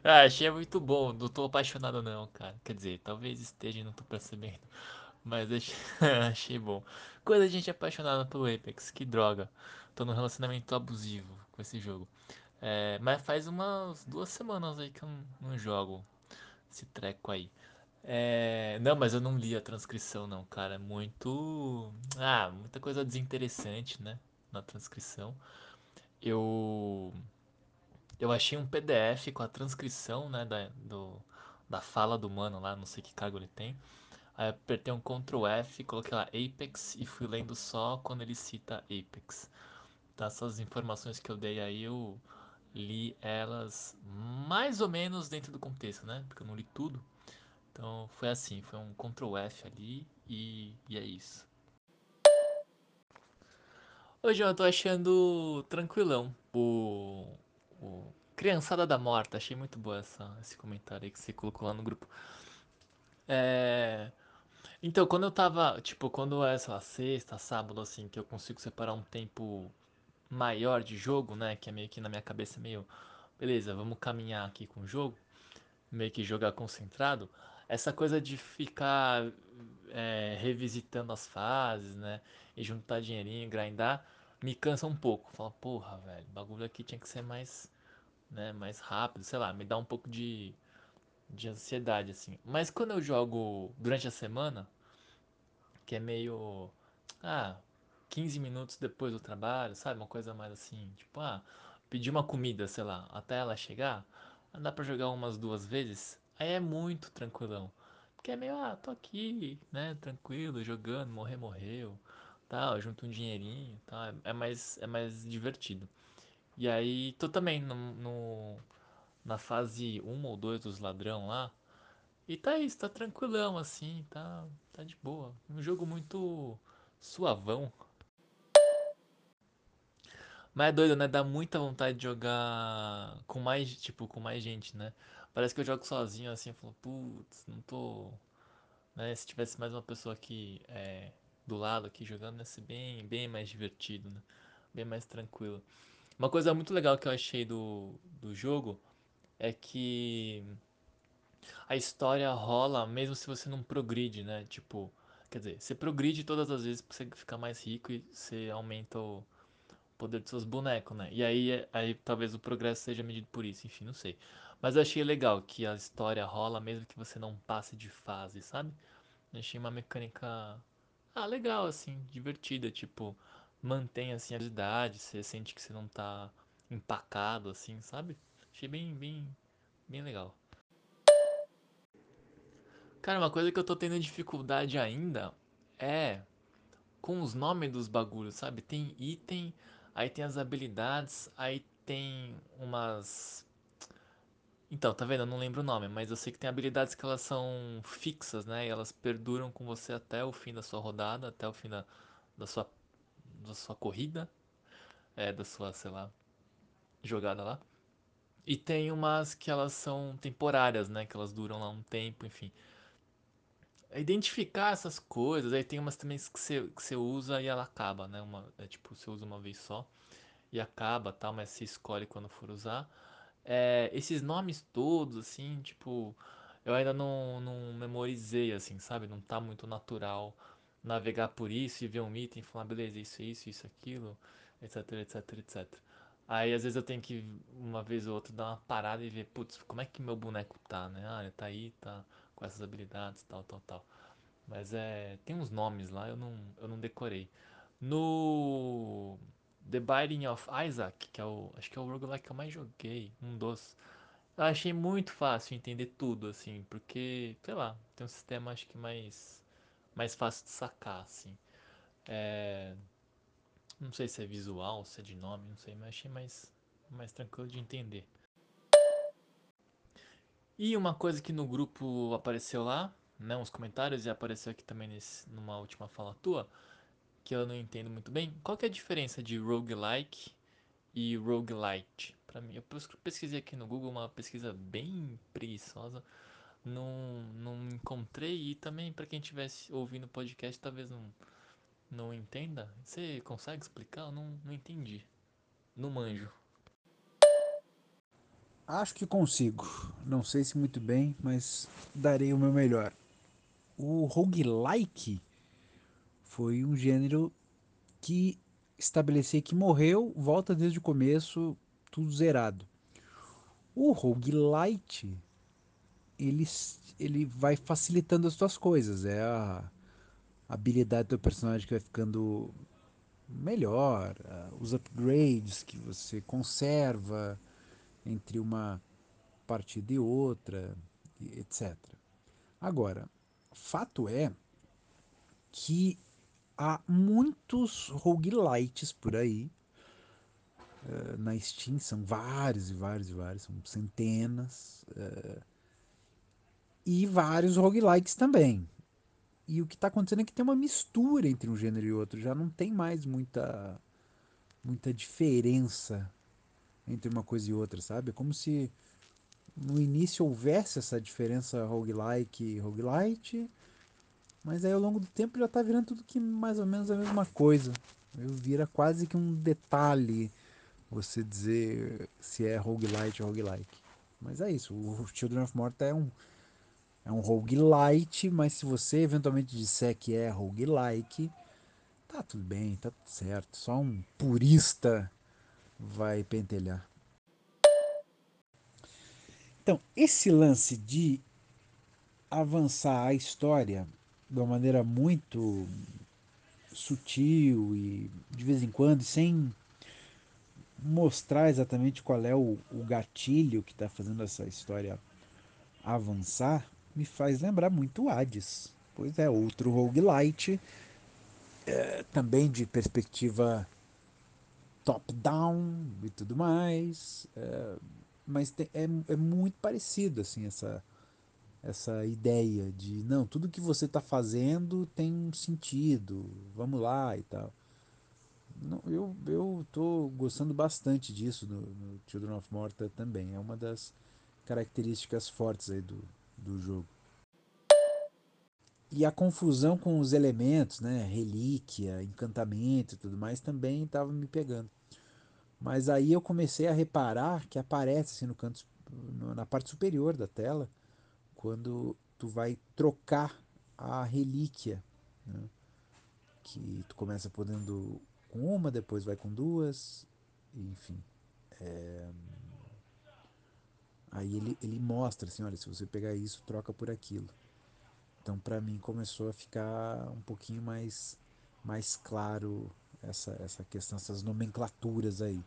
Ah, achei muito bom. Não tô apaixonado não, cara. Quer dizer, talvez esteja e não tô percebendo. Mas achei, achei bom. Coisa de gente apaixonada pelo Apex, que droga. Tô num relacionamento abusivo com esse jogo. É, mas faz umas 2 semanas aí que eu não jogo esse treco aí. É, não, mas eu não li a transcrição não, cara. É muito. Ah, muita coisa desinteressante, né? Na transcrição. Eu. Eu achei um PDF com a transcrição, né? Da fala do mano lá, não sei que cargo ele tem. Aí eu apertei um Ctrl F, coloquei lá Apex e fui lendo só quando ele cita Apex. Tá, essas informações que eu dei aí, eu li elas mais ou menos dentro do contexto, né? Porque eu não li tudo. Então foi assim, foi um Ctrl F ali e é isso. Hoje eu tô achando tranquilão. O Criançada da Morta, achei muito boa esse comentário aí que você colocou lá no grupo. É. Então, quando eu tava, tipo, quando é, sei lá, sexta, sábado, assim, que eu consigo separar um tempo maior de jogo, né? Que é meio que na minha cabeça meio, beleza, vamos caminhar aqui com o jogo, meio que jogar concentrado. Essa coisa de ficar revisitando as fases, né? E juntar dinheirinho, grindar, me cansa um pouco. Fala, porra, velho, o bagulho aqui tinha que ser mais, né, mais rápido, sei lá, me dá um pouco de ansiedade, assim. Mas quando eu jogo durante a semana, que é meio. Ah, 15 minutos depois do trabalho, sabe? Uma coisa mais assim, tipo, pedir uma comida, sei lá, até ela chegar, dá pra jogar umas 2 vezes, aí é muito tranquilão. Porque é meio, tô aqui, né, tranquilo, jogando, morrer, morreu, tal, junto um dinheirinho, tal, é mais divertido. E aí, tô também na fase um ou 2 dos ladrão lá, e tá isso, tá tranquilão assim, tá de boa. Um jogo muito suavão. Mas é doido, né? Dá muita vontade de jogar com mais, tipo, com mais gente, né? Parece que eu jogo sozinho assim, eu falo, putz, não tô. Né? Se tivesse mais uma pessoa aqui do lado aqui jogando, ia ser bem mais divertido, né? Bem mais tranquilo. Uma coisa muito legal que eu achei do jogo é que a história rola mesmo se você não progride, né? Tipo, quer dizer, você progride todas as vezes pra você ficar mais rico e você aumenta o poder dos seus bonecos, né? E aí talvez o progresso seja medido por isso, enfim, não sei. Mas eu achei legal que a história rola mesmo que você não passe de fase, sabe? Eu achei uma mecânica legal assim, divertida, tipo, mantém assim a idade, você sente que você não tá empacado assim, sabe? Achei bem legal. Cara, uma coisa que eu tô tendo dificuldade ainda é com os nomes dos bagulhos, sabe? Tem item, aí tem as habilidades, aí tem umas. Então, tá vendo? Eu não lembro o nome, mas eu sei que tem habilidades que elas são fixas, né? E elas perduram com você até o fim da sua rodada, até o fim da sua, da sua corrida, da sua, sei lá, jogada lá. E tem umas que elas são temporárias, né? Que elas duram lá um tempo, enfim. Identificar essas coisas, aí tem umas também que você usa e ela acaba, né? Tipo, você usa uma vez só e acaba, tal, mas você escolhe quando for usar. Esses nomes todos, assim, tipo, eu ainda não memorizei, assim, sabe? Não tá muito natural navegar por isso e ver um item e falar, beleza, isso, aquilo, etc, etc, etc. Aí às vezes eu tenho que, uma vez ou outra, dar uma parada e ver, putz, como é que meu boneco tá, né? Ele tá aí, tá com essas habilidades, tal, tal, tal. Mas tem uns nomes lá, eu não decorei. No The Binding of Isaac, que acho que é o roguelike que eu mais joguei, um dos. Eu achei muito fácil entender tudo, assim, porque, sei lá, tem um sistema acho que mais fácil de sacar, assim. É, não sei se é visual, se é de nome, não sei, mas achei mais tranquilo de entender. E uma coisa que no grupo apareceu lá, né, uns comentários e apareceu aqui também numa última fala tua, que eu não entendo muito bem. Qual que é a diferença de roguelike e roguelite? Pra mim, eu pesquisei aqui no Google uma pesquisa bem preguiçosa, não encontrei e também para quem estivesse ouvindo o podcast talvez não entenda. Você consegue explicar? Eu não entendi. Não manjo. Acho que consigo. Não sei se muito bem, mas darei o meu melhor. O roguelike foi um gênero que estabeleci que morreu, volta desde o começo, tudo zerado. O roguelite, ele, ele vai facilitando as tuas coisas. É a habilidade do teu personagem que vai ficando melhor, os upgrades que você conserva entre uma partida e outra, etc. Agora, fato é que há muitos roguelites por aí. Na Steam são vários e vários e vários, são centenas. E vários roguelikes também. E o que está acontecendo é que tem uma mistura entre um gênero e outro. Já não tem mais muita diferença entre uma coisa e outra, sabe? É como se no início houvesse essa diferença roguelike e roguelite, mas aí ao longo do tempo já tá virando tudo que mais ou menos a mesma coisa. Vira quase que um detalhe você dizer se é roguelite ou roguelike. Mas é isso, o Children of Morta é um roguelite, mas se você eventualmente disser que é roguelike, tá tudo bem, tá tudo certo. Só um purista vai pentelhar. Então, esse lance de avançar a história de uma maneira muito sutil e de vez em quando, sem mostrar exatamente qual é o gatilho que está fazendo essa história avançar, me faz lembrar muito o Hades. Pois é, outro roguelite, também de perspectiva top-down e tudo mais. Mas é muito parecido, assim, essa ideia de, não, tudo que você está fazendo tem um sentido, vamos lá e tal. Não, eu tô gostando bastante disso no Children of Morta também. É uma das características fortes aí do jogo. E a confusão com os elementos, né? Relíquia, encantamento e tudo mais também estava me pegando. Mas aí eu comecei a reparar que aparece assim no canto, na parte superior da tela, quando tu vai trocar a relíquia, né? Que tu começa podendo com uma, depois vai com duas, enfim. Aí ele mostra assim, olha, se você pegar isso, troca por aquilo. Então para mim começou a ficar um pouquinho mais claro essa questão, essas nomenclaturas aí.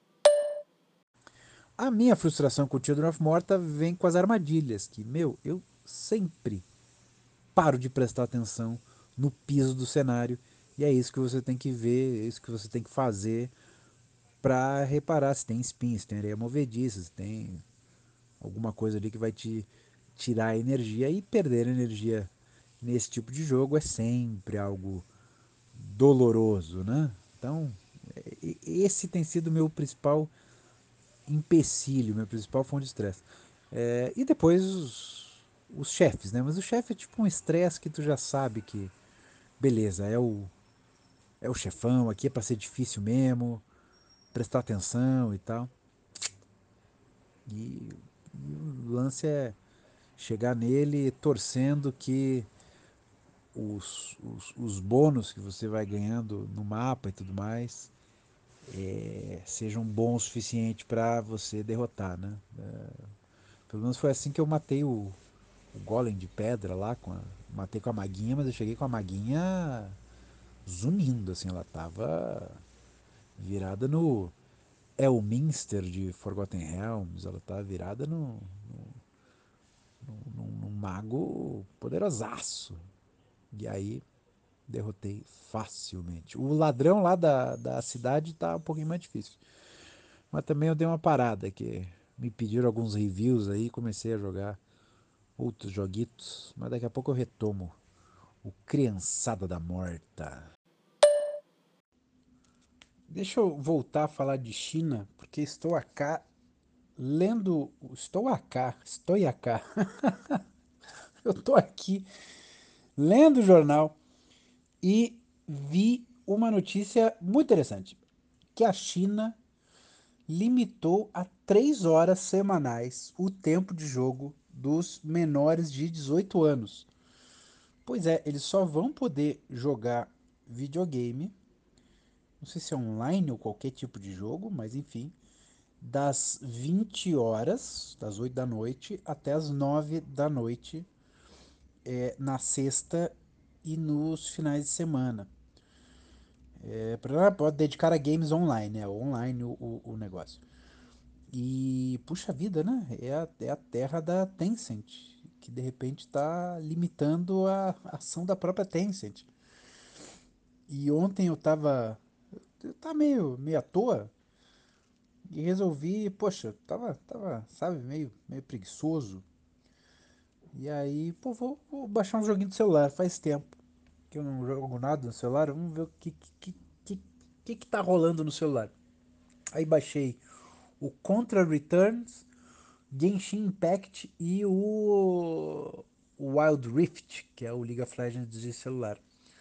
A minha frustração com o Children of Morta vem com as armadilhas, que, meu, eu sempre paro de prestar atenção no piso do cenário. E é isso que você tem que ver, é isso que você tem que fazer para reparar se tem espinho, se tem areia movediça, se tem alguma coisa ali que vai te tirar energia. E perder energia nesse tipo de jogo é sempre algo doloroso, né? Então, esse tem sido o meu principal empecilho, minha principal fonte de estresse. E depois os chefes, né? Mas o chefe é tipo um estresse que tu já sabe que, beleza, é o chefão, aqui é pra ser difícil mesmo, prestar atenção e tal. E, e o lance é chegar nele torcendo que os bônus que você vai ganhando no mapa e tudo mais sejam bons o suficiente para você derrotar, né? Pelo menos foi assim que eu matei o golem de pedra lá, matei com a maguinha, mas eu cheguei com a maguinha zunindo, assim, ela tava virada no Elminster de Forgotten Realms, ela tava virada num mago poderosaço. E aí derrotei facilmente. O ladrão lá da cidade tá um pouquinho mais difícil. Mas também eu dei uma parada, que me pediram alguns reviews aí, comecei a jogar outros joguitos, mas daqui a pouco eu retomo o Criançada da Morta. Deixa eu voltar a falar de China, porque estou acá lendo. Estou acá. Eu estou aqui lendo o jornal e vi uma notícia muito interessante: que a China limitou a 3 horas semanais o tempo de jogo dos menores de 18 anos. Pois é, eles só vão poder jogar videogame, não sei se é online ou qualquer tipo de jogo, mas enfim, das 20 horas, das 8 da noite até as 9 da noite, na sexta e nos finais de semana. Pode dedicar a games online, online o negócio. E, puxa vida, né? É a terra da Tencent, que de repente está limitando a ação da própria Tencent. E ontem eu tava meio à toa e resolvi, poxa, tava, sabe, meio preguiçoso. E aí, pô, vou baixar um joguinho do celular, faz tempo que eu não jogo nada no celular, vamos ver o que tá rolando no celular. Aí baixei o Contra Returns, Genshin Impact e o Wild Rift, que é o League of Legends de celular.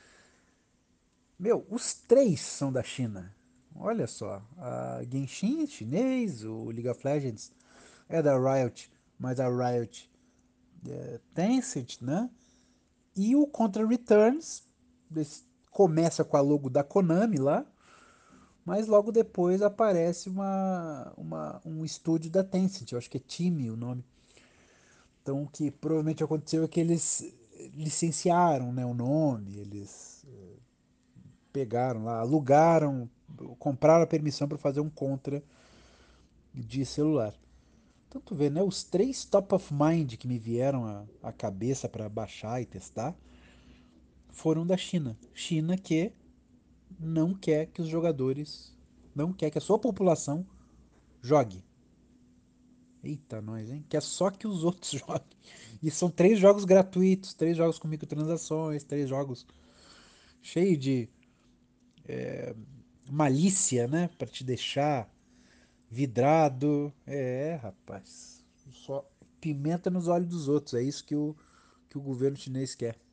Meu, os três são da China. Olha só, a Genshin é chinês, o League of Legends é da Riot, mas a Riot é Tencent, né? E o Contra Returns começa com a logo da Konami lá, mas logo depois aparece um estúdio da Tencent, eu acho que é Time o nome. Então, o que provavelmente aconteceu é que eles licenciaram, né, o nome, eles pegaram lá, alugaram, compraram a permissão para fazer um contra de celular. Então, tu vê, né, os três top of mind que me vieram à cabeça para baixar e testar foram da China. China que não quer que os jogadores, não quer que a sua população jogue. Eita, nós, hein? Quer só que os outros joguem. E são três jogos gratuitos, três jogos com microtransações, três jogos cheio de malícia, né? Pra te deixar vidrado. Rapaz. Só pimenta nos olhos dos outros. É isso que o governo chinês quer.